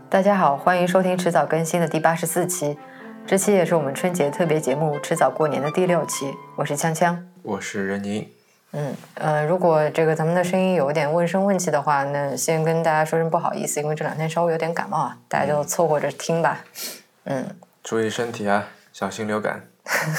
大家好，欢迎收听迟早更新的第84期，这期也是我们春节特别节目迟早过年的第6期。我是锵锵， 我是任宁。 如果咱们的声音有点问声问气的话，那先跟大家说声不好意思，因为这2天稍微有点感冒啊，大家就凑合着听吧。 注意身体啊，小心流感。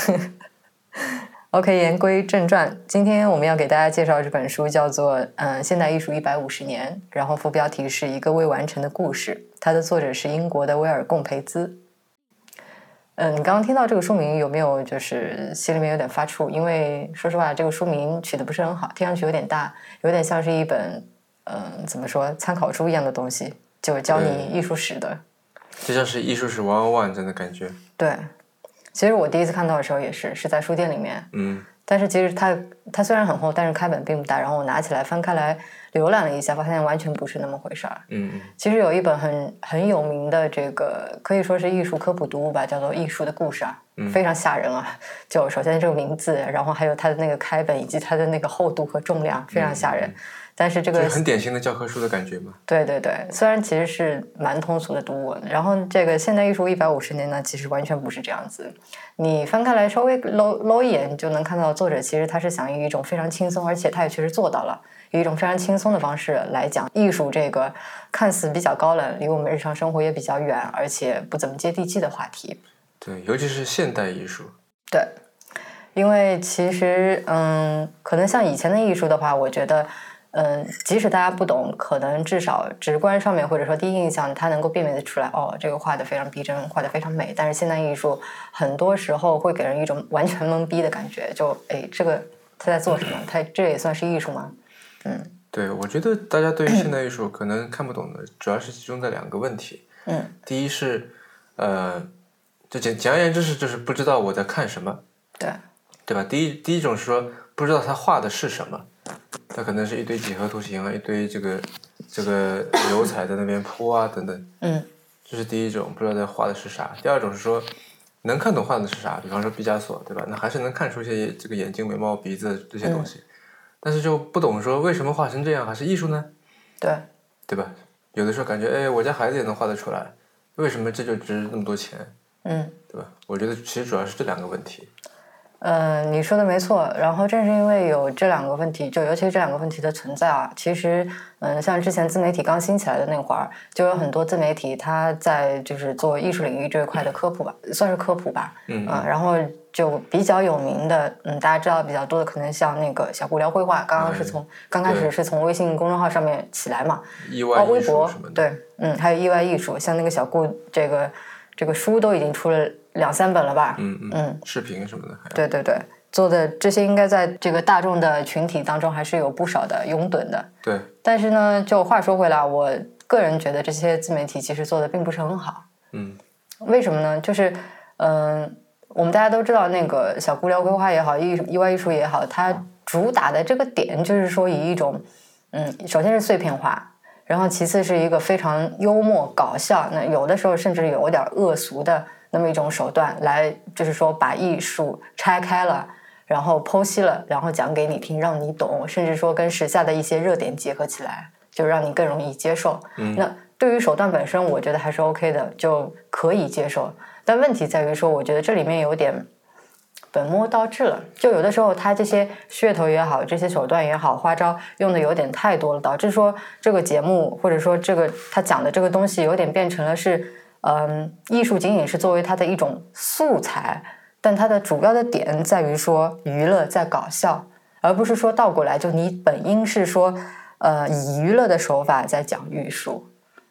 OK， 言归正传，今天我们要给大家介绍这本书叫做现代艺术150年，然后副标题是一个未完成的故事，它的作者是英国的威尔贡培兹。你刚刚听到这个书名有没有就是心里面有点发怵？因为说实话这个书名取得不是很好，听上去有点大，有点像是一本怎么说参考书一样的东西，就教你艺术史的， 就像是艺术史101这样的感觉。 对，其实我第一次看到的时候也是在书店里面，但是其实它虽然很厚，但是开本并不大，然后我拿起来翻开来浏览了一下，发现完全不是那么回事儿。其实有一本很有名的这个可以说是艺术科普读物吧，叫做《艺术的故事》啊，非常吓人啊！就首先这个名字，然后还有它的那个开本以及它的那个厚度和重量，非常吓人。但是这个就是很典型的教科书的感觉嘛。 对对对，虽然其实是蛮通俗的读物，然后这个现代艺术150年呢，其实完全不是这样子。你翻开来稍微搂一眼，就能看到作者其实他是想以一种非常轻松，而且他也确实做到了，以一种非常轻松的方式来讲艺术这个看似比较高冷，离我们日常生活也比较远，而且不怎么接地气的话题。 对，尤其是现代艺术。 对，因为其实可能像以前的艺术的话，我觉得即使大家不懂，可能至少直观上面或者说第一印象，它能够辨别得出来，哦，这个画得非常逼真，画得非常美。但是现代艺术很多时候会给人一种完全懵逼的感觉，就这个他在做什么？他这也算是艺术吗？ 对，我觉得大家对于现代艺术可能看不懂的，主要是集中在2个问题。第一是就简而言之就是不知道我在看什么。对吧？第一种是说不知道他画的是什么。它可能是一堆几何图形啊，一堆这个油彩在那边铺啊等等。这是第一种，不知道在画的是啥。第二种是说能看懂画的是啥，比方说毕加索，对吧？那还是能看出一些这个眼睛、眉毛、鼻子这些东西，但是就不懂说为什么画成这样还是艺术呢？对吧？有的时候感觉我家孩子也能画得出来，为什么这就值那么多钱？对吧？我觉得其实主要是这2个问题。 你说的没错，然后正是因为有这2个问题，就尤其是这2个问题的存在啊，其实像之前自媒体刚兴起来的那会儿，就有很多自媒体他在就是做艺术领域这一块的科普吧，算是科普吧，然后就比较有名的，大家知道比较多的，可能像那个小顾聊绘画，刚开始是从微信公众号上面起来嘛， 意外艺术什么的， 对，还有意外艺术，像那个小顾这个书都已经出了2-3本了吧， 视频什么的， 对，做的这些应该在这个大众的群体当中还是有不少的拥趸的。 对， 但是呢，就话说回来，我个人觉得这些自媒体其实做的并不是很好。为什么呢？就是我们大家都知道，那个小顾聊绘画也好，意外艺术也好，它主打的这个点就是说以一种首先是碎片化。然后其次是一个非常幽默搞笑，那有的时候甚至有点恶俗的那么一种手段来，就是说把艺术拆开了，然后剖析了，然后讲给你听，让你懂，甚至说跟时下的一些热点结合起来，就让你更容易接受。那对于手段本身，我觉得还是 OK 的，就可以接受。但问题在于说，我觉得这里面有点本末倒置了，就有的时候他这些噱头也好，这些手段也好，花招用的有点太多了，导致说这个节目或者说这个他讲的这个东西有点变成了是艺术仅仅是作为他的一种素材，但它的主要的点在于说娱乐在搞笑，而不是说倒过来就你本应是说以娱乐的手法在讲艺术。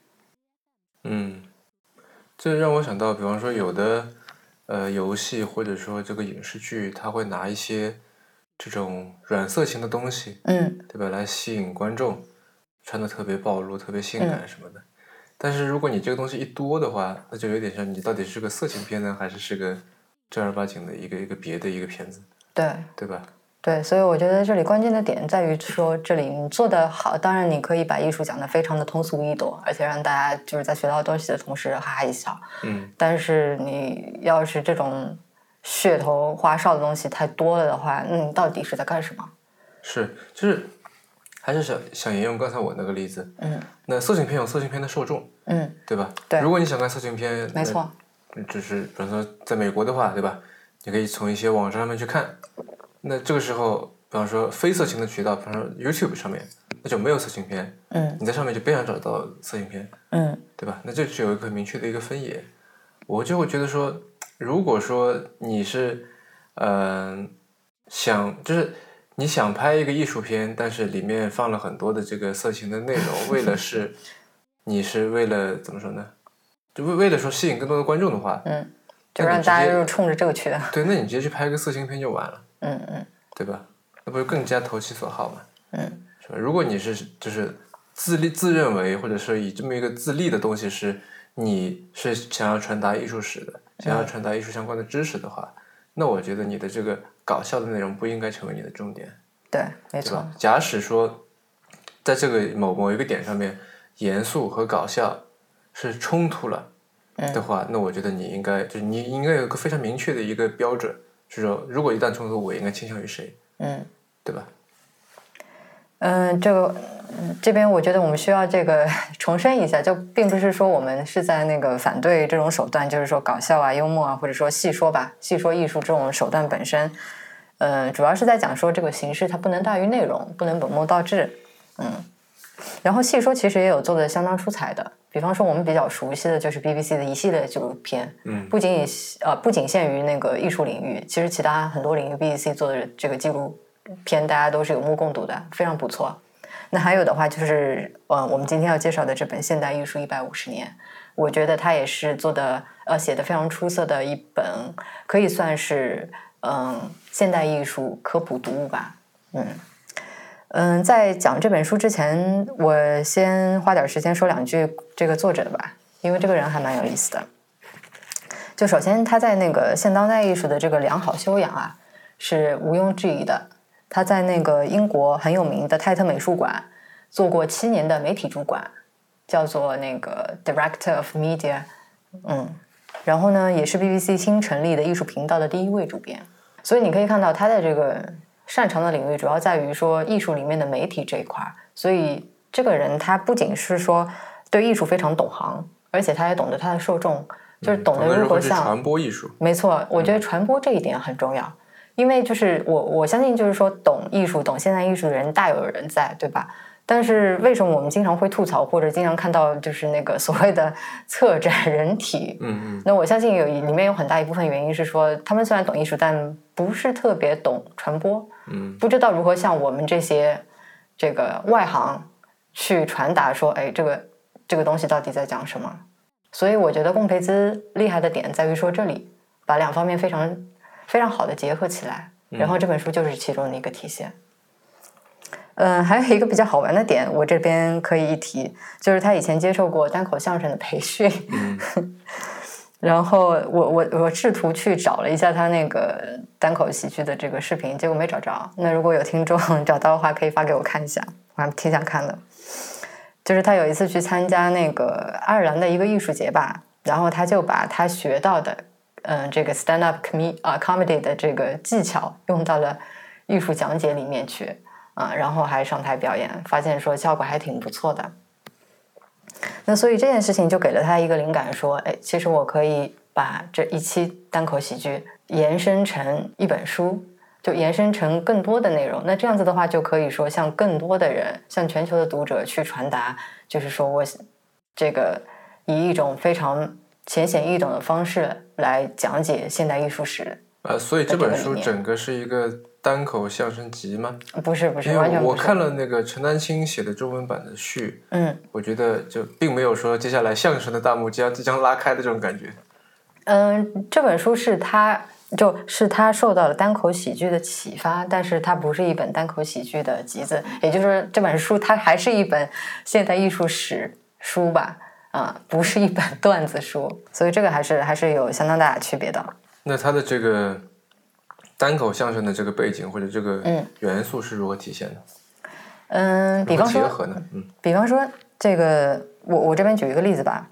这让我想到比方说有的游戏或者说这个影视剧，它会拿一些这种软色情的东西，对吧，来吸引观众，穿得特别暴露特别性感什么的。但是如果你这个东西一多的话，那就有点像你到底是个色情片呢，还是个正儿八经的一个别的一个片子，对吧？ 对，所以我觉得这里关键的点在于说，这里你做得好，当然你可以把艺术讲得非常的通俗易懂，而且让大家就是在学到东西的同时哈哈一笑。但是你要是这种噱头花哨的东西太多了的话，那你到底是在干什么？ 是，就是还是想沿用刚才我那个例子，那色情片有色情片的受众，对吧？ 对， 如果你想看色情片， 没错， 就是比方说在美国的话，对吧？你可以从一些网站上面去看，那这个时候，比方说非色情的渠道，比方说 YouTube 上面，那就没有色情片，你在上面就别想找到色情片，对吧？那这是有一个明确的一个分野，我就会觉得说，如果说你是，就是你想拍一个艺术片，但是里面放了很多的这个色情的内容，你是为了怎么说呢？就为了说吸引更多的观众的话， 就让大家就冲着这个去的。 对，那你直接去拍个色情片就完了，对吧？那不是更加投其所好吗？是吧？如果你是就是自认为或者是以这么一个自立的东西是你是想要传达艺术史的，想要传达艺术相关的知识的话，那我觉得你的这个搞笑的内容不应该成为你的重点。 对，没错。 假使说在这个某一个点上面，严肃和搞笑是冲突了的话，那我觉得你应该有一个非常明确的一个标准，是说如果一旦冲突，我应该倾向于谁，对吧？ 这边我觉得我们需要这个重申一下，就并不是说我们是在那个反对这种手段，就是说搞笑啊、幽默啊，或者说戏说艺术这种手段本身，主要是在讲说这个形式它不能大于内容，不能本末倒置，然后戏说其实也有做的相当出彩的，比方说我们比较熟悉的就是 BBC 的一系列纪录片，不仅限于那个艺术领域，其实其他很多领域 BBC 做的这个纪录片大家都是有目共睹的，非常不错。那还有的话就是我们今天要介绍的这本《现代艺术150年》，我觉得它也是写的非常出色的一本，可以算是现代艺术科普读物吧。在讲这本书之前，我先花点时间说两句这个作者的吧，因为这个人还蛮有意思的。就首先他在那个现当代艺术的这个良好修养啊，是毋庸置疑的。他在那个英国很有名的泰特美术馆做过7年的媒体主管，叫做那个 Director of Media，然后呢，也是 BBC 新成立的艺术频道的第1位主编。所以你可以看到他的这个擅长的领域主要在于说艺术里面的媒体这一块，所以这个人他不仅是说对艺术非常懂行，而且他也懂得他的受众，就是懂得如何像传播艺术。 没错，我觉得传播这一点很重要。因为就是我相信就是说懂艺术懂现代艺术的人大有人在，对吧？但是为什么我们经常会吐槽或者经常看到就是那个所谓的策展人体，那我相信里面有很大一部分原因是说他们虽然懂艺术但不是特别懂传播，不知道如何像我们这些这个外行去传达说哎这个东西到底在讲什么。所以我觉得贡培兹厉害的点在于说这里把两方面非常好的结合起来，然后这本书就是其中的一个体现。还有一个比较好玩的点，我这边可以一提，就是他以前接受过单口相声的培训，然后我试图去找了一下他那个单口喜剧的这个视频，结果没找着。那如果有听众找到的话，可以发给我看一下，我还挺想看的。就是他有一次去参加那个爱尔兰的一个艺术节吧，然后他就把他学到的这个 stand up comedy 的这个技巧用到了艺术讲解里面去然后还上台表演，发现说效果还挺不错的。那所以这件事情就给了他一个灵感，说哎，其实我可以把这一期单口喜剧延伸成一本书，就延伸成更多的内容。那这样子的话就可以说向更多的人，向全球的读者去传达，就是说我这个以一种非常浅显易懂的方式来讲解现代艺术史。 所以这本书整个是一个单口相声集吗？ 不是，完全不是。 我看了那个陈丹青写的中文版的序，我觉得就并没有说接下来相声的大幕即将拉开的这种感觉。 这本书是他受到了单口喜剧的启发，但是它不是一本单口喜剧的集子，也就是说这本书它还是一本现代艺术史书吧，不是一本段子书，所以这个还是有相当大的区别的。 那它的这个单口相声的这个背景或者这个元素是如何体现的？ 比方说结合呢？ 比方说这个我这边举一个例子吧。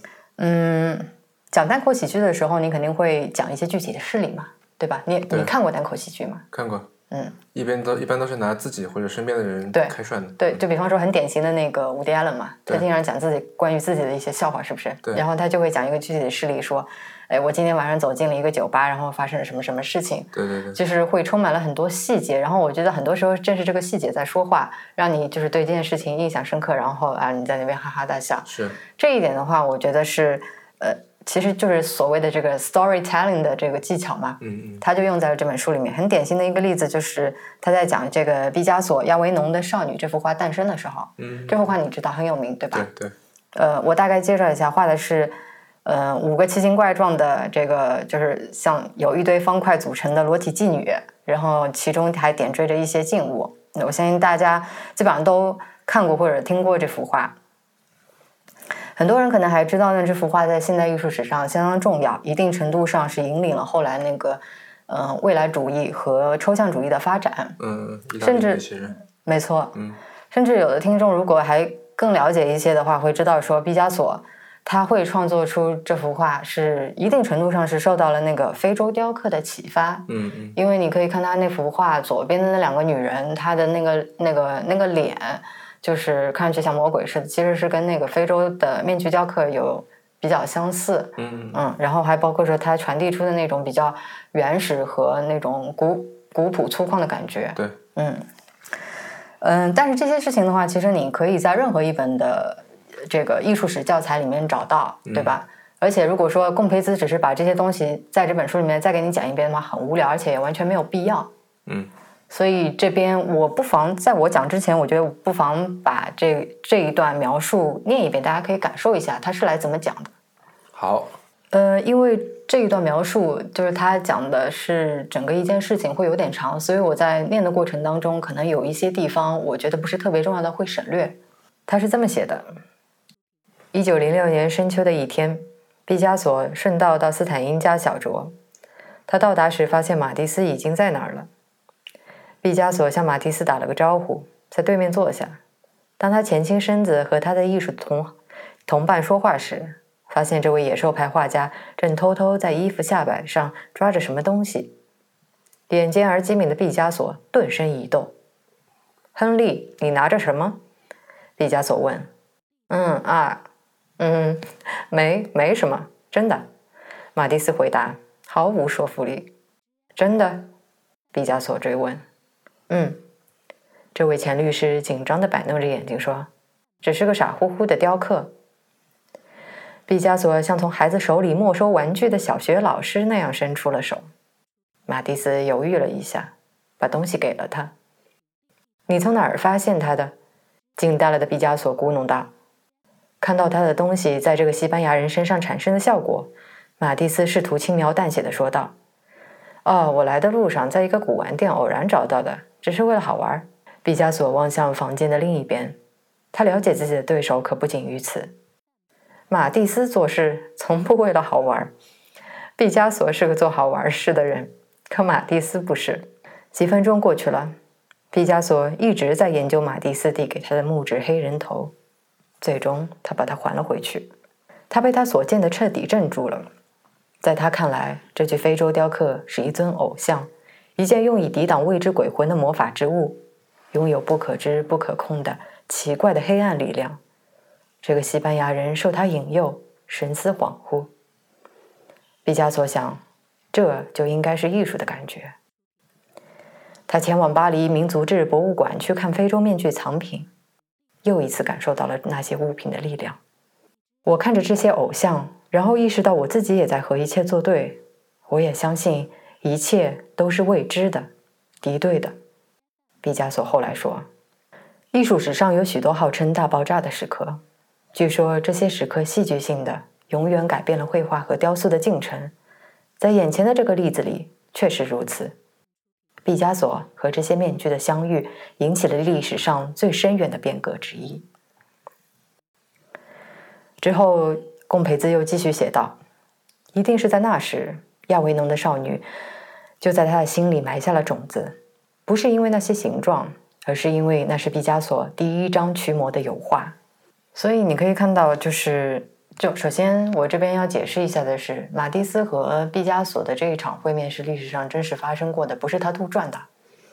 讲单口喜剧的时候，你肯定会讲一些具体的事例嘛，对吧？你看过单口喜剧吗？ 看过。 一般都是拿自己或者身边的人开涮的。 对，就比方说很典型的那个伍迪·艾伦嘛，他经常讲关于自己的一些笑话，是不是？ 对。 然后他就会讲一个具体的事例，说，哎，我今天晚上走进了一个酒吧，然后发生了什么什么事情。 对。 就是会充满了很多细节，然后我觉得很多时候正是这个细节在说话，让你就是对这件事情印象深刻，然后你在那边哈哈大笑。 是。 这一点的话，我觉得是其实就是所谓的这个 storytelling 的这个技巧嘛，他就用在了这本书里面。很典型的一个例子就是他在讲这个毕加索亚维农的少女这幅画诞生的时候，这幅画你知道很有名对吧？ 对。 我大概介绍一下，画的是5个奇形怪状的这个就是像有一堆方块组成的裸体妓女，然后其中还点缀着一些静物。我相信大家基本上都看过或者听过这幅画。很多人可能还知道呢，这幅画在现代艺术史上相当重要，一定程度上是引领了后来那个未来主义和抽象主义的发展。甚至没错，甚至有的听众如果还更了解一些的话，会知道说毕加索他会创作出这幅画是一定程度上是受到了那个非洲雕刻的启发。因为你可以看他那幅画左边的那2个女人，她的那个脸。就是看上去像魔鬼似的，其实是跟那个非洲的面具雕刻有比较相似。然后还包括说它传递出的那种比较原始和那种古朴粗犷的感觉。 对。 但是这些事情的话，其实你可以在任何一本的这个艺术史教材里面找到，对吧？而且如果说贡培兹只是把这些东西在这本书里面再给你讲一遍的话，很无聊，而且也完全没有必要。所以这边我不妨在我讲之前，我觉得不妨把这一段描述念一遍，大家可以感受一下他是来怎么讲的。 好。 因为这一段描述就是他讲的是整个一件事情会有点长，所以我在念的过程当中，可能有一些地方我觉得不是特别重要的会省略。他是这么写的：1906年深秋的一天，毕加索顺道到斯坦因家小酌。他到达时发现马蒂斯已经在那儿了。毕加索向马蒂斯打了个招呼，在对面坐下。当他前倾身子和他的艺术同伴说话时，发现这位野兽派画家正偷偷在衣服下摆上抓着什么东西。眼尖而机敏的毕加索顿身一动。亨利，你拿着什么？毕加索问。没什么，真的。马蒂斯回答，毫无说服力。真的？毕加索追问。这位前律师紧张地摆弄着眼睛说，只是个傻乎乎的雕刻。毕加索像从孩子手里没收玩具的小学老师那样伸出了手。马蒂斯犹豫了一下，把东西给了他。你从哪儿发现他的？惊呆了的毕加索咕哝道。看到他的东西在这个西班牙人身上产生的效果，马蒂斯试图轻描淡写地说道。我来的路上在一个古玩店偶然找到的，只是为了好玩。毕加索望向房间的另一边，他了解自己的对手可不仅于此。马蒂斯做事从不为了好玩，毕加索是个做好玩事的人，可马蒂斯不是。几分钟过去了，毕加索一直在研究马蒂斯递给他的木质黑人头，最终他把它还了回去。他被他所见的彻底镇住了。在他看来，这具非洲雕刻是一尊偶像，一件用以抵挡未知鬼魂的魔法之物，拥有不可知不可控的奇怪的黑暗力量。这个西班牙人受他引诱，神思恍惚。毕加索想，这就应该是艺术的感觉。他前往巴黎民族志博物馆去看非洲面具藏品，又一次感受到了那些物品的力量。我看着这些偶像，然后意识到我自己也在和一切作对，我也相信一切都是未知的、敌对的。毕加索后来说，艺术史上有许多号称大爆炸的时刻，据说这些时刻戏剧性的永远改变了绘画和雕塑的进程。在眼前的这个例子里确实如此。毕加索和这些面具的相遇引起了历史上最深远的变革之一。之后贡培兹又继续写道，一定是在那时，亚维农的少女就在他的心里埋下了种子，不是因为那些形状，而是因为那是毕加索第一张驱魔的油画。所以你可以看到，就首先我这边要解释一下的是，马蒂斯和毕加索的这一场会面是历史上真实发生过的，不是他杜撰的。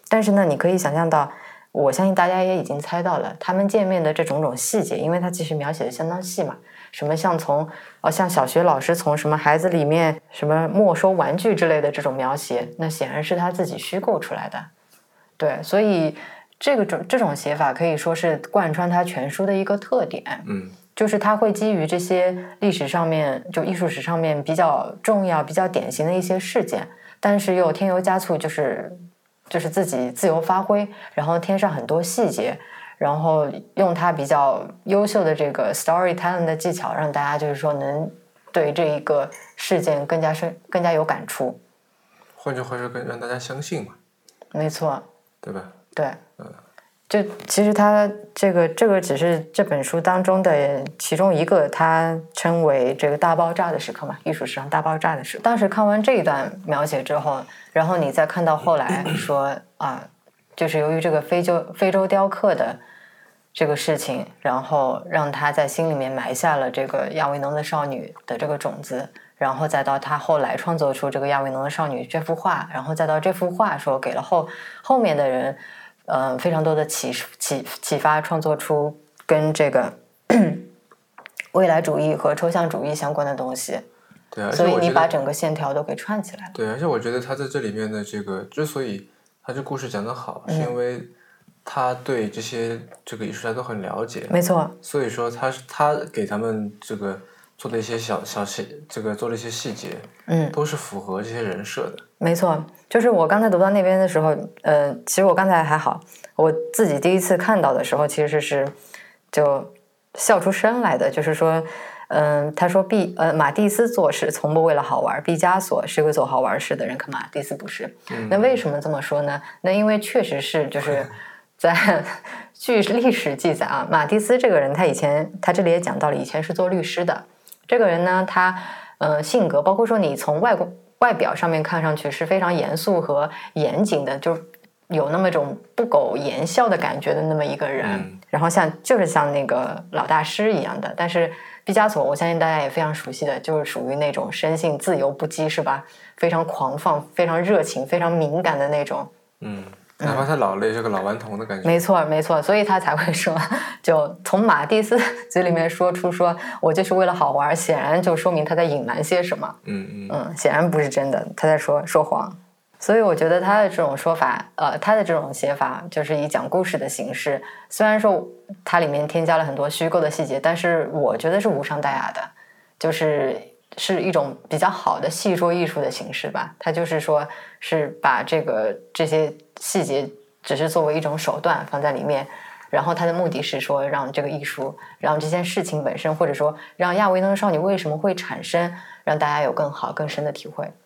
但是呢，你可以想象到，我相信大家也已经猜到了，他们见面的这种细节，因为他其实描写的相当细嘛。什么像像小学老师从什么孩子里面什么没收玩具之类的这种描写，那显然是他自己虚构出来的。对，所以这种写法可以说是贯穿他全书的一个特点。就是他会基于这些历史上面就艺术史上面比较重要、比较典型的一些事件，但是又添油加醋，就是自己自由发挥，然后添上很多细节。然后用他比较优秀的这个 storytelling 的技巧，让大家就是说能对这一个事件更加有感触。 换句话说，更让大家相信嘛。 没错。 对吧？ 对。就其实他这个只是这本书当中的其中一个，他称为这个大爆炸的时刻嘛，艺术史上大爆炸的时刻。当时看完这一段描写之后，然后你再看到后来说就是由于这个非洲雕刻的这个事情，然后让他在心里面埋下了这个亚维农的少女的这个种子，然后再到他后来创作出这个亚维农的少女这幅画，然后再到这幅画说给了后面的人非常多的启发，创作出跟这个未来主义和抽象主义相关的东西。 对， 所以你把整个线条都给串起来了。 对，而且我觉得他在这里面的这个之所以他这故事讲得好，是因为他对这个艺术家都很了解。 没错。所以说他给他们这个做的一些做了一些细节，都是符合这些人设的。 没错，就是我刚才读到那边的时候，其实我刚才还好，我自己第一次看到的时候，其实是就笑出声来的，就是说。他说马蒂斯做事从不为了好玩，毕加索是个做好玩事的人，可马蒂斯不是。那为什么这么说呢？那因为确实是就是在据历史记载啊，马蒂斯这个人他这里也讲到了，以前是做律师的。这个人呢，他性格包括说你从外表上面看上去是非常严肃和严谨的，就有那么种不苟言笑的感觉的那么一个人。然后就是像那个老大师一样的，但是毕加索我相信大家也非常熟悉的，就是属于那种生性自由不羁，是吧？非常狂放、非常热情、非常敏感的那种。 哪怕他老了也是个老顽童的感觉。 没错，所以他才会说，就从马蒂斯嘴里面说出说我就是为了好玩，显然就说明他在隐瞒些什么。显然不是真的，他在说谎。所以我觉得他的这种说法，他的这种写法，就是以讲故事的形式，虽然说它里面添加了很多虚构的细节，但是我觉得是无伤大雅的，就是一种比较好的戏说艺术的形式吧。他就是说是把这些细节只是作为一种手段放在里面，然后他的目的是说让这个艺术，让这件事情本身，或者说让亚维农少女为什么会产生，让大家有更好更深的体会。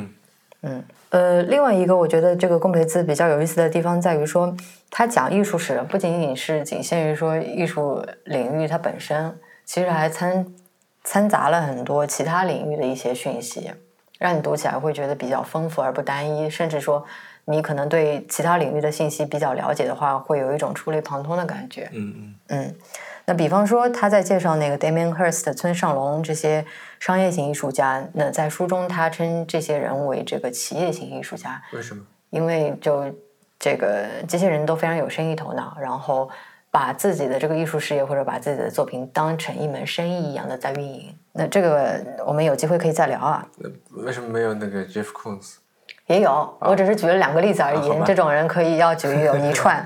另外一个我觉得这个贡培兹比较有意思的地方在于说，他讲艺术史不仅仅是仅限于说艺术领域它本身，其实还掺杂了很多其他领域的一些讯息，让你读起来会觉得比较丰富而不单一，甚至说你可能对其他领域的信息比较了解的话，会有一种触类旁通的感觉。那比方说他在介绍那个 Damien Hirst、村上隆这些商业型艺术家，那在书中他称这些人为这个企业型艺术家。 为什么？ 因为就这些人都非常有生意头脑，然后把自己的这个艺术事业或者把自己的作品当成一门生意一样的在运营。那这个我们有机会可以再聊啊。 为什么没有那个 Jeff Koons？ 也有，我只是举了2个例子而已。这种人可以要举有一串。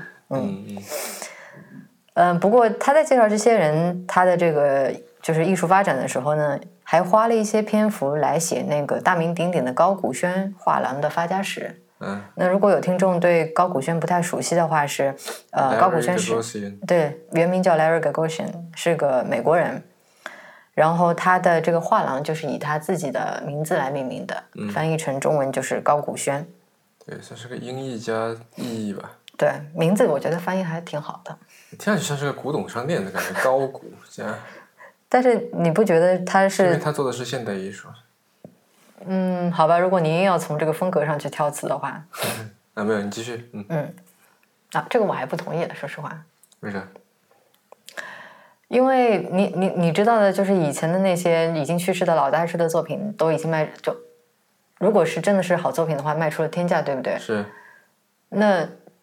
不过他在介绍这些人他的这个就是艺术发展的时候呢，还花了一些篇幅来写那个大名鼎鼎的高古轩画廊的发家史。那如果有听众对高古轩不太熟悉的话，是高古轩是对原名叫 Larry Gagosian， 是个美国人。然后他的这个画廊就是以他自己的名字来命名的，翻译成中文就是高古轩。 对，算是个音译加意译吧。 对，名字我觉得翻译还挺好的。 听上去像是个古董商店的感觉，高古加。 但是你不觉得他是？ 因为他做的是现代艺术。 好吧，如果你硬要从这个风格上去挑刺的话。 没有，你继续。 这个我还不同意了，说实话。 为啥？ 因为你知道的，就是以前的那些已经去世的老大师的作品都已经如果是真的是好作品的话，卖出了天价，对不对？ 是。 那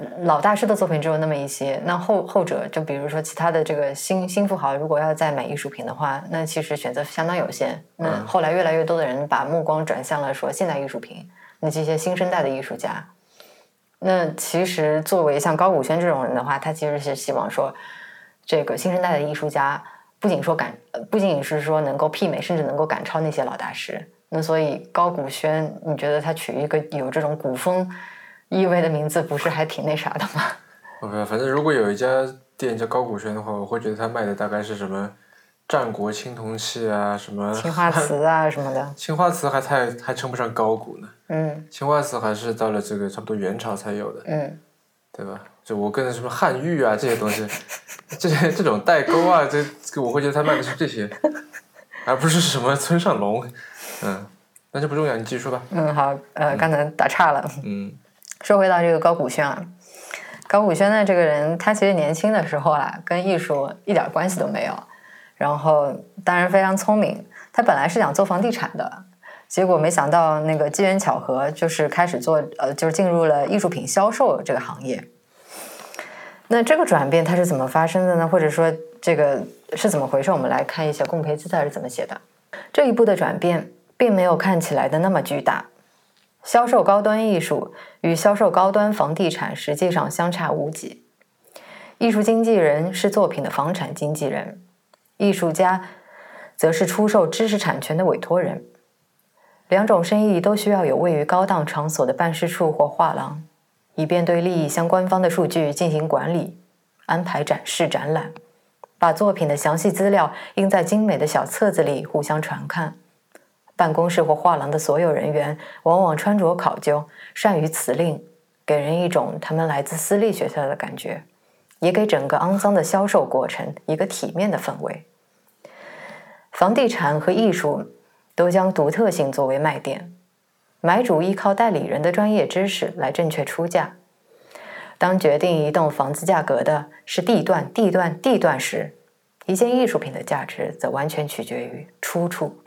老大师的作品只有那么一些，那后者就比如说其他的这个新富豪，如果要再买艺术品的话，那其实选择相当有限。那后来越来越多的人把目光转向了说现代艺术品，那这些新生代的艺术家。那其实作为像高古轩这种人的话，他其实是希望说，这个新生代的艺术家不仅是说能够媲美，甚至能够赶超那些老大师。那所以高古轩，你觉得他取一个有这种古风意味的名字，不是还挺那啥的吗？ 反正如果有一家店叫高古轩的话，我会觉得他卖的大概是什么战国青铜器啊，什么青花瓷啊什么的。 青花瓷还称不上高古呢。青花瓷还是到了这个差不多元朝才有的。对吧？就我跟什么汉玉啊这些东西，这种代沟啊，这我会觉得他卖的是这些，而不是什么村上隆。那就不重要，你继续说吧。 好，刚才打岔了。说回到这个高古轩啊，高古轩呢这个人，他其实年轻的时候啊，跟艺术一点关系都没有，然后当然非常聪明。他本来是想做房地产的，结果没想到那个机缘巧合，就是开始做就是进入了艺术品销售这个行业。那这个转变它是怎么发生的呢？或者说这个是怎么回事？我们来看一下贡培兹他是怎么写的。这一步的转变并没有看起来的那么巨大。销售高端艺术与销售高端房地产实际上相差无几。艺术经纪人是作品的房产经纪人，艺术家则是出售知识产权的委托人。两种生意都需要有位于高档场所的办事处或画廊，以便对利益相关方的数据进行管理，安排展示展览，把作品的详细资料印在精美的小册子里互相传看。办公室或画廊的所有人员往往穿着考究，善于辞令，给人一种他们来自私立学校的感觉，也给整个肮脏的销售过程一个体面的氛围。房地产和艺术都将独特性作为卖点，买主依靠代理人的专业知识来正确出价。当决定一栋房子价格的是地段时，一件艺术品的价值则完全取决于出处。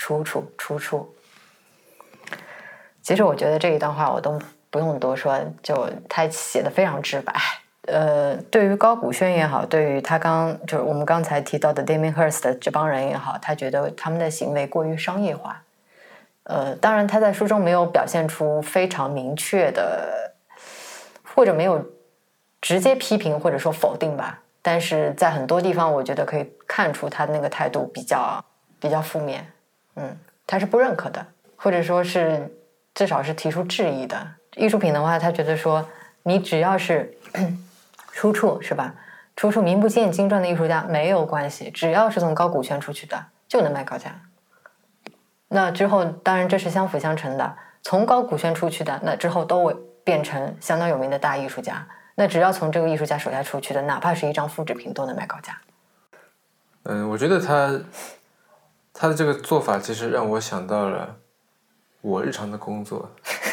其实我觉得这一段话我都不用多说，就他写的非常直白。对于高古轩也好，对于他就是我们刚才提到的 Damien Hirst 的这帮人也好，他觉得他们的行为过于商业化。当然他在书中没有表现出非常明确的，或者没有直接批评或者说否定吧，但是在很多地方我觉得可以看出他的那个态度比较负面。他是不认可的，或者说是至少是提出质疑的。艺术品的话，他觉得说你只要是出处是吧？出处名不见经传的艺术家没有关系，只要是从高古轩出去的就能卖高价。那之后当然这是相辅相成的，从高古轩出去的那之后都会变成相当有名的大艺术家，那只要从这个艺术家手下出去的，哪怕是一张复制品都能卖高价。 我觉得他的这个做法其实让我想到了我日常的工作。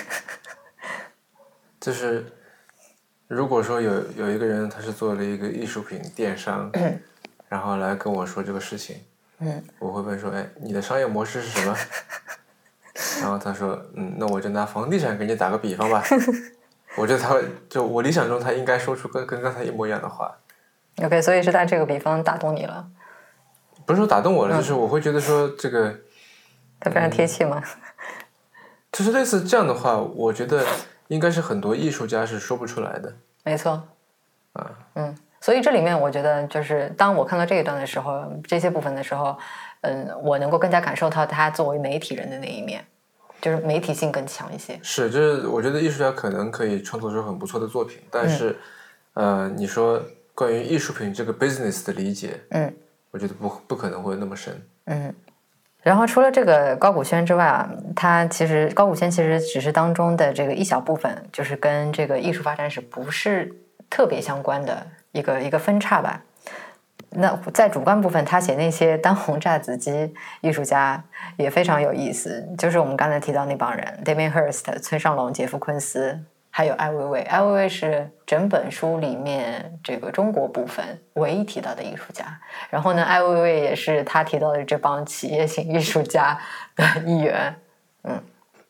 就是如果说有一个人他是做了一个艺术品电商，然后来跟我说这个事情，我会问说，你的商业模式是什么？然后他说，那我就拿房地产给你打个比方吧。我觉得我理想中他应该说出跟刚才一模一样的话。 OK， 所以是他这个比方打动你了？ 不是说打动我了，就是我会觉得说这个他非常贴切吗？ 就是类似这样的话，我觉得应该是很多艺术家是说不出来的。 没错。所以这里面我觉得就是当我看到这一段的时候，这些部分的时候，我能够更加感受到他作为媒体人的那一面，就是媒体性更强一些。 是，就是我觉得艺术家可能可以创作出很不错的作品，但是你说关于艺术品这个 business 的理解，我觉得不可能会那么深。 然后除了这个高古轩之外啊，高古轩其实只是当中的这个一小部分，就是跟这个艺术发展史不是特别相关的一个分叉吧。那在主观部分，他写那些当红炸子鸡艺术家也非常有意思，就是我们刚才提到那帮人 ，Damien Hirst、村上隆、杰夫昆斯，还有艾薇薇。艾薇薇是整本书里面这个中国部分唯一提到的艺术家。然后呢，艾薇薇也是他提到的这帮企业型艺术家的一员。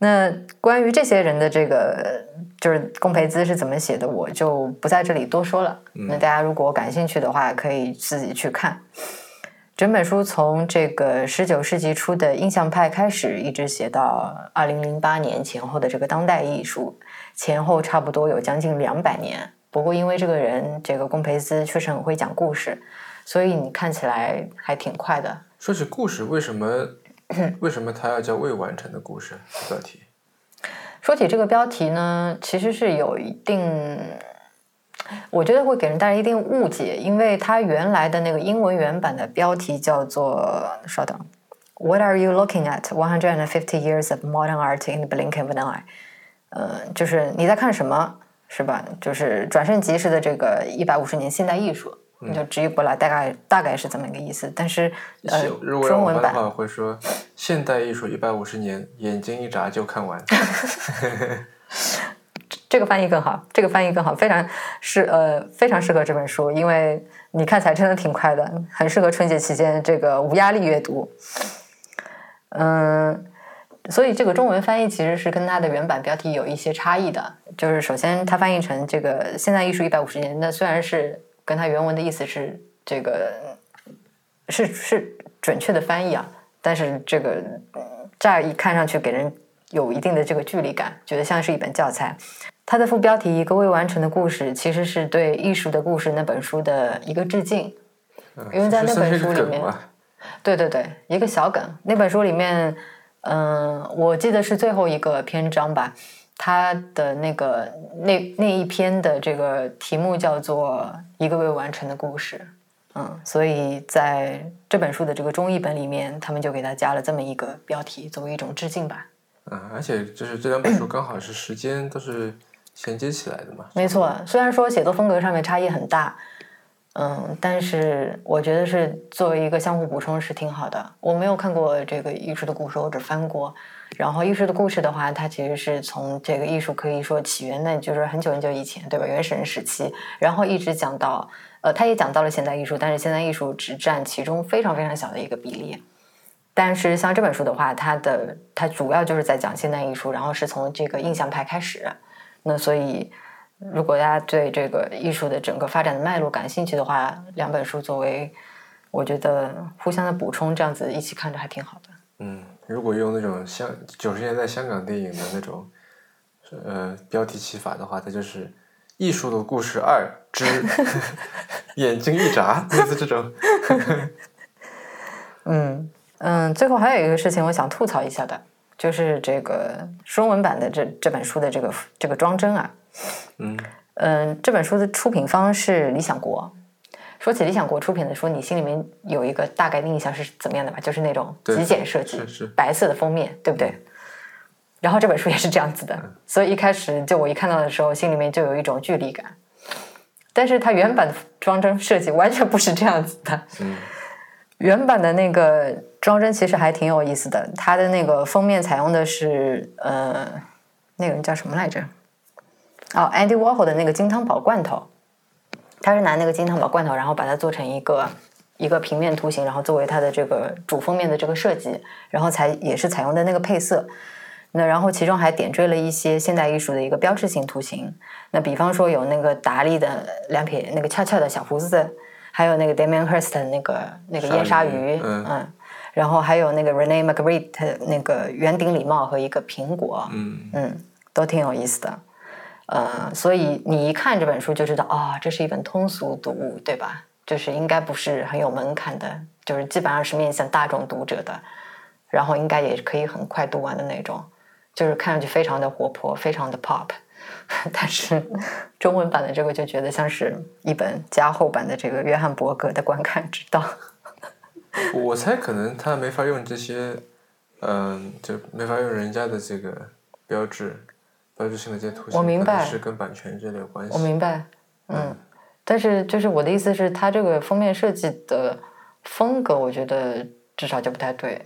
那关于这些人的这个就是龚培兹是怎么写的，我就不在这里多说了。那大家如果感兴趣的话，可以自己去看。整本书从这个19世纪初的印象派开始，一直写到2008年前后的这个当代艺术，前后差不多有将近200年。不过因为这个人，这个龚培兹确实很会讲故事，所以你看起来还挺快的。 说起故事，为什么它要叫未完成的故事标题？ 说起这个标题呢，其实是有一定，我觉得会给人带来一定误解，因为它原来的那个英文原版的标题叫做，稍等 ，What are you looking at? 150 years of modern art in the blink of an eye。就是你在看什么，是吧？就是转瞬即逝的这个150年现代艺术。你就直译过来，大概是这么一个意思。但是中文版的话会说现代艺术150年，眼睛一眨就看完。 这个翻译更好，非常适合这本书，因为你看起来真的挺快的，很适合春节期间这个无压力阅读。所以这个中文翻译其实是跟它的原版标题有一些差异的。就是首先它翻译成这个现代艺术150年，那虽然是跟它原文的意思是这个是准确的翻译啊，但是这个乍一看上去给人有一定的这个距离感，觉得像是一本教材。它的副标题一个未完成的故事，其实是对《艺术的故事》那本书的一个致敬，因为在那本书里面，对，一个小梗。那本书里面，我记得是最后一个篇章吧。他的那一篇的这个题目叫做一个未完成的故事，所以在这本书的这个中译本里面，他们就给他加了这么一个标题，作为一种致敬吧。 而且就是这两本书刚好是时间都是衔接起来的嘛。 没错，虽然说写作风格上面差异很大，但是我觉得是作为一个相互补充是挺好的。我没有看过这个艺术的故事，我只翻过。然后艺术的故事的话，它其实是从这个艺术可以说起源，那就是很久很久以前，对吧？原始人时期，然后一直讲到，他也讲到了现代艺术，但是现代艺术只占其中非常非常小的一个比例。但是像这本书的话，它主要就是在讲现代艺术，然后是从这个印象派开始。那所以，如果大家对这个艺术的整个发展的脉络感兴趣的话，两本书作为我觉得互相的补充，这样子一起看着还挺好的。 如果用那种90年代香港电影的那种标题起法的话，它就是艺术的故事2之眼睛一眨，类似这种。 最后还有一个事情我想吐槽一下的，就是这个中文版的这本书的这个装帧啊。这本书的出品方是理想国。说起理想国出品的书，你心里面有一个大概的印象是怎么样的吧？就是那种极简设计，白色的封面，对不对？然后这本书也是这样子的，所以一开始就我一看到的时候，心里面就有一种距离感。但是它原版的装帧设计完全不是这样子的。原版的那个装帧其实还挺有意思的，它的那个封面采用的是那个人叫什么来着？Andy Warhol 的那个金汤宝罐头。他是拿那个金汤宝罐头，然后把它做成一个平面图形，然后作为它的这个主封面的这个设计，然后也是采用的那个配色。那然后其中还点缀了一些现代艺术的一个标志性图形。那比方说有那个达利的2撇那个翘翘的小胡子，还有那个 Damien Hirst 的那个夜鲨鱼，然后还有那个 Rene Magritte 那个圆顶礼帽和一个苹果，都挺有意思的。所以你一看这本书就知道这是一本通俗读物，对吧？就是应该不是很有门槛的，就是基本上是面向大众读者的，然后应该也可以很快读完的那种，就是看上去非常的活泼，非常的 pop。但是中文版的这个就觉得像是一本加厚版的这个约翰伯格的观看之道。 我猜可能他没法用这些，就没法用人家的这个标志性的这些图形， 我明白， 是跟版权之类有关系。 我明白，但是就是我的意思是，它这个封面设计的风格，我觉得至少就不太对，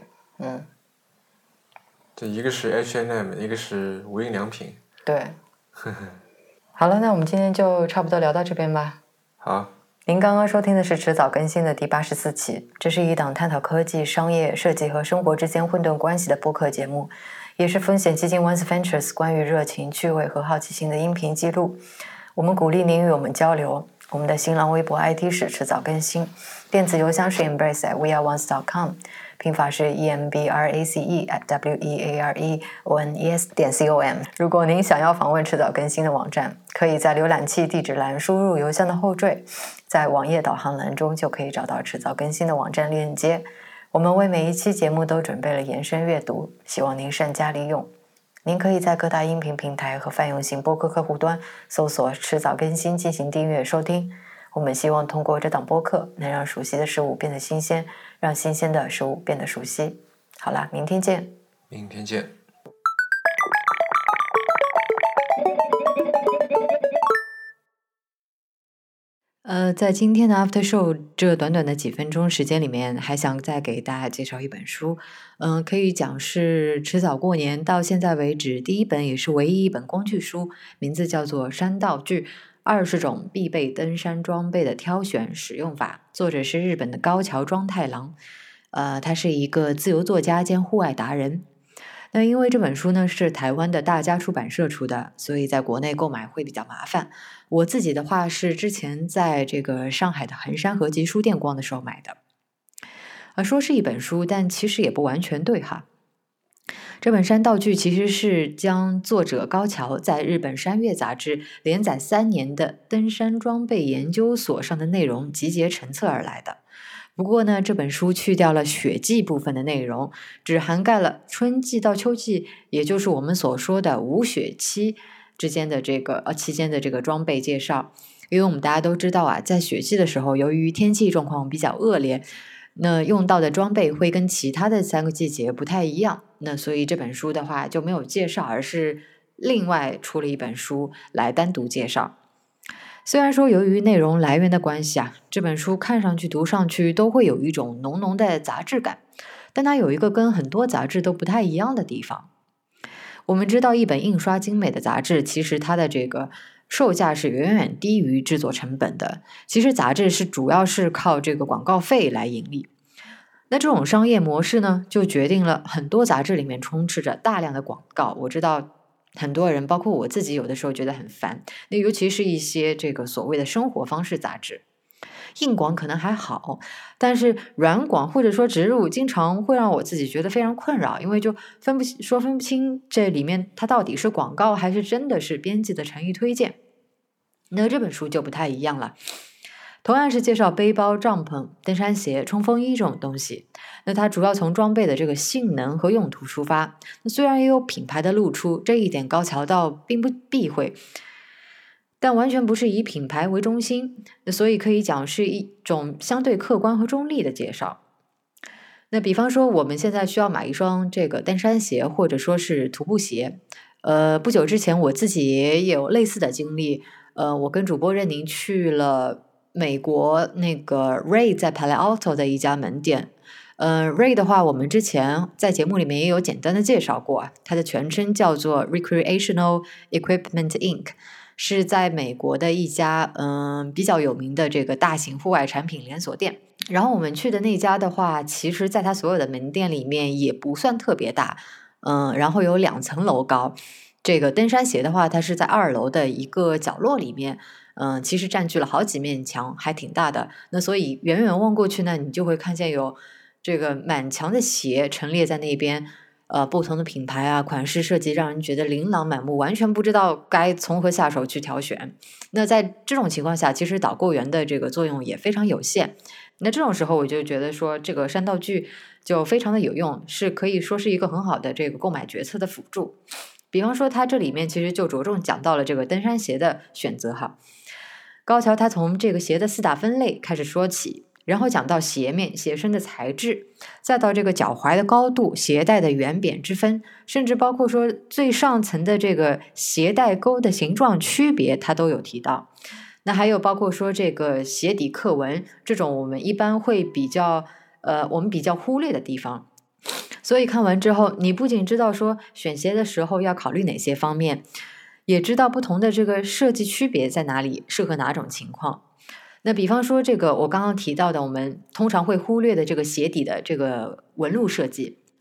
这一个是 H&M， 一个是无印良品。 对。好了，那我们今天就差不多聊到这边吧。 好。 您刚刚收听的是迟早更新的第84期，这是一档探讨科技、商业、设计和生活之间混沌关系的播客节目。 也是风险基金 Once Ventures 关于热情、趣味和好奇心的音频记录。我们鼓励您与我们交流。我们的新浪微博 ID 是迟早更新，电子邮箱是 embrace@weareones.com， 拼法是 embrace@weareones.com。如果您想要访问迟早更新的网站，可以在浏览器地址栏输入邮箱的后缀，在网页导航栏中就可以找到迟早更新的网站链接。我们为每一期节目都准备了延伸阅读，希望您善加利用。您可以在各大音频平台和泛用型播客客户端搜索迟早更新进行订阅收听。我们希望通过这档播客能让熟悉的事物变得新鲜，让新鲜的事物变得熟悉。好啦，明天见。 明天见。 在今天的 After Show 这短短的几分钟时间里面，还想再给大家介绍一本书。可以讲是迟早过年到现在为止第一本也是唯一一本工具书，名字叫做《山道具：20种必备登山装备的挑选使用法》，作者是日本的高桥庄太郎。他是一个自由作家兼户外达人。那因为这本书呢是台湾的大家出版社出的，所以在国内购买会比较麻烦。我自己的话是之前在这个上海的衡山合集书店逛的时候买的。说是一本书，但其实也不完全对哈。这本山道具其实是将作者高桥在日本山岳杂志连载3年的登山装备研究所上的内容集结成册而来的。不过呢，这本书去掉了雪季部分的内容，只涵盖了春季到秋季，也就是我们所说的无雪期之间的期间的这个装备介绍。因为我们大家都知道啊，在雪季的时候，由于天气状况比较恶劣，那用到的装备会跟其他的3个季节不太一样。那所以这本书的话就没有介绍，而是另外出了一本书来单独介绍。虽然说由于内容来源的关系啊，这本书看上去读上去都会有一种浓浓的杂志感，但它有一个跟很多杂志都不太一样的地方。我们知道一本印刷精美的杂志，其实它的这个售价是远远低于制作成本的。其实杂志主要是靠这个广告费来盈利。那这种商业模式呢，就决定了很多杂志里面充斥着大量的广告。我知道很多人，包括我自己，有的时候觉得很烦。那尤其是一些这个所谓的生活方式杂志，硬广可能还好，但是软广或者说植入，经常会让我自己觉得非常困扰，因为就分不清这里面它到底是广告还是真的是编辑的诚意推荐。那这本书就不太一样了。同样是介绍背包、帐篷、登山鞋、冲锋衣这种东西，那它主要从装备的这个性能和用途出发。那虽然也有品牌的露出，这一点高桥倒并不避讳，但完全不是以品牌为中心，那所以可以讲是一种相对客观和中立的介绍。那比方说我们现在需要买一双这个登山鞋或者说是徒步鞋，不久之前我自己也有类似的经历，我跟主播任宁去了美国那个 Ray 在 Palo Alto 的一家门店。Ray 的话，我们之前在节目里面也有简单的介绍过，它的全称叫做 Recreational Equipment Inc， 是在美国的一家比较有名的这个大型户外产品连锁店。然后我们去的那家的话，其实在它所有的门店里面也不算特别大，然后有2层楼高。这个登山鞋的话，它是在2楼的一个角落里面。其实占据了好几面墙，还挺大的。那所以远远望过去呢，你就会看见有这个满墙的鞋陈列在那边，不同的品牌啊、款式设计，让人觉得琳琅满目，完全不知道该从何下手去挑选。那在这种情况下，其实导购员的这个作用也非常有限。那这种时候，我就觉得说这个山道具就非常的有用，是可以说是一个很好的这个购买决策的辅助。比方说，它这里面其实就着重讲到了这个登山鞋的选择哈。高桥他从这个鞋的4大分类开始说起，然后讲到鞋面、鞋身的材质，再到这个脚踝的高度、鞋带的圆扁之分，甚至包括说最上层的这个鞋带钩的形状区别，他都有提到。那还有包括说这个鞋底刻纹，这种我们一般会比较忽略的地方。所以看完之后，你不仅知道说选鞋的时候要考虑哪些方面，也知道不同的这个设计区别在哪里，适合哪种情况。那比方说这个我刚刚提到的，我们通常会忽略的这个鞋底的这个纹路设计，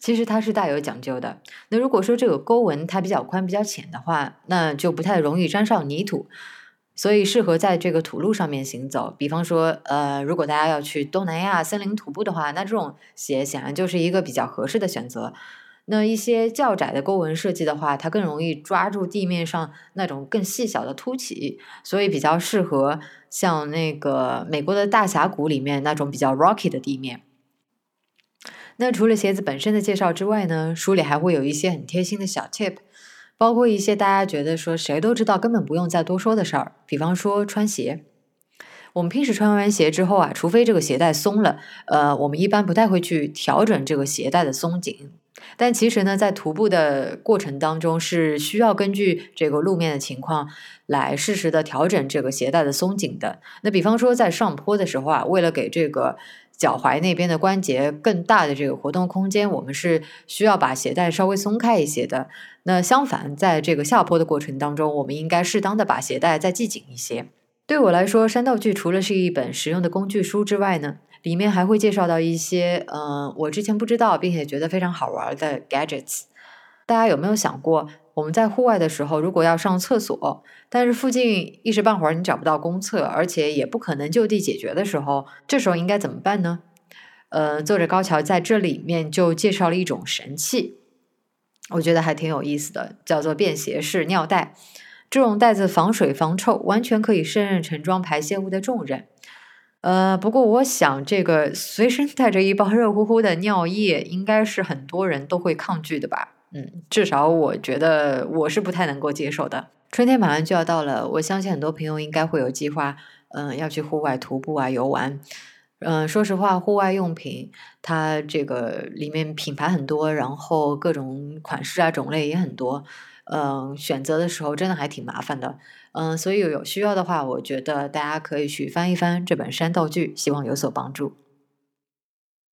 其实它是大有讲究的。那如果说这个沟纹它比较宽比较浅的话，那就不太容易沾上泥土，所以适合在这个土路上面行走。比方说如果大家要去东南亚森林徒步的话，那这种鞋显然就是一个比较合适的选择。那一些较窄的沟纹设计的话，它更容易抓住地面上那种更细小的凸起，所以比较适合像那个美国的大峡谷里面那种比较 rocky 的地面。那除了鞋子本身的介绍之外呢，书里还会有一些很贴心的小 tip， 包括一些大家觉得说谁都知道根本不用再多说的事儿，比方说穿鞋。我们平时穿完鞋之后啊，除非这个鞋带松了，我们一般不太会去调整这个鞋带的松紧。但其实呢，在徒步的过程当中，是需要根据这个路面的情况来适时的调整这个鞋带的松紧的。那比方说在上坡的时候啊，为了给这个脚踝那边的关节更大的这个活动空间，我们是需要把鞋带稍微松开一些的。那相反，在这个下坡的过程当中，我们应该适当的把鞋带再系紧一些。对我来说，山道具除了是一本实用的工具书之外呢，里面还会介绍到一些我之前不知道并且觉得非常好玩的 gadgets。大家有没有想过，我们在户外的时候，如果要上厕所，但是附近一时半会儿你找不到公厕，而且也不可能就地解决的时候，这时候应该怎么办呢？作者高桥在这里面就介绍了一种神器，我觉得还挺有意思的，叫做便携式尿袋。这种袋子防水防臭，完全可以胜任盛装排泄物的重任。不过我想这个随身带着一包热乎乎的尿液，应该是很多人都会抗拒的吧？至少我觉得我是不太能够接受的。春天马上就要到了，我相信很多朋友应该会有计划，要去户外徒步啊、游玩。说实话，户外用品它这个里面品牌很多，然后各种款式啊、种类也很多。选择的时候真的还挺麻烦的，所以有需要的话，我觉得大家可以去翻一翻这本山道具，希望有所帮助。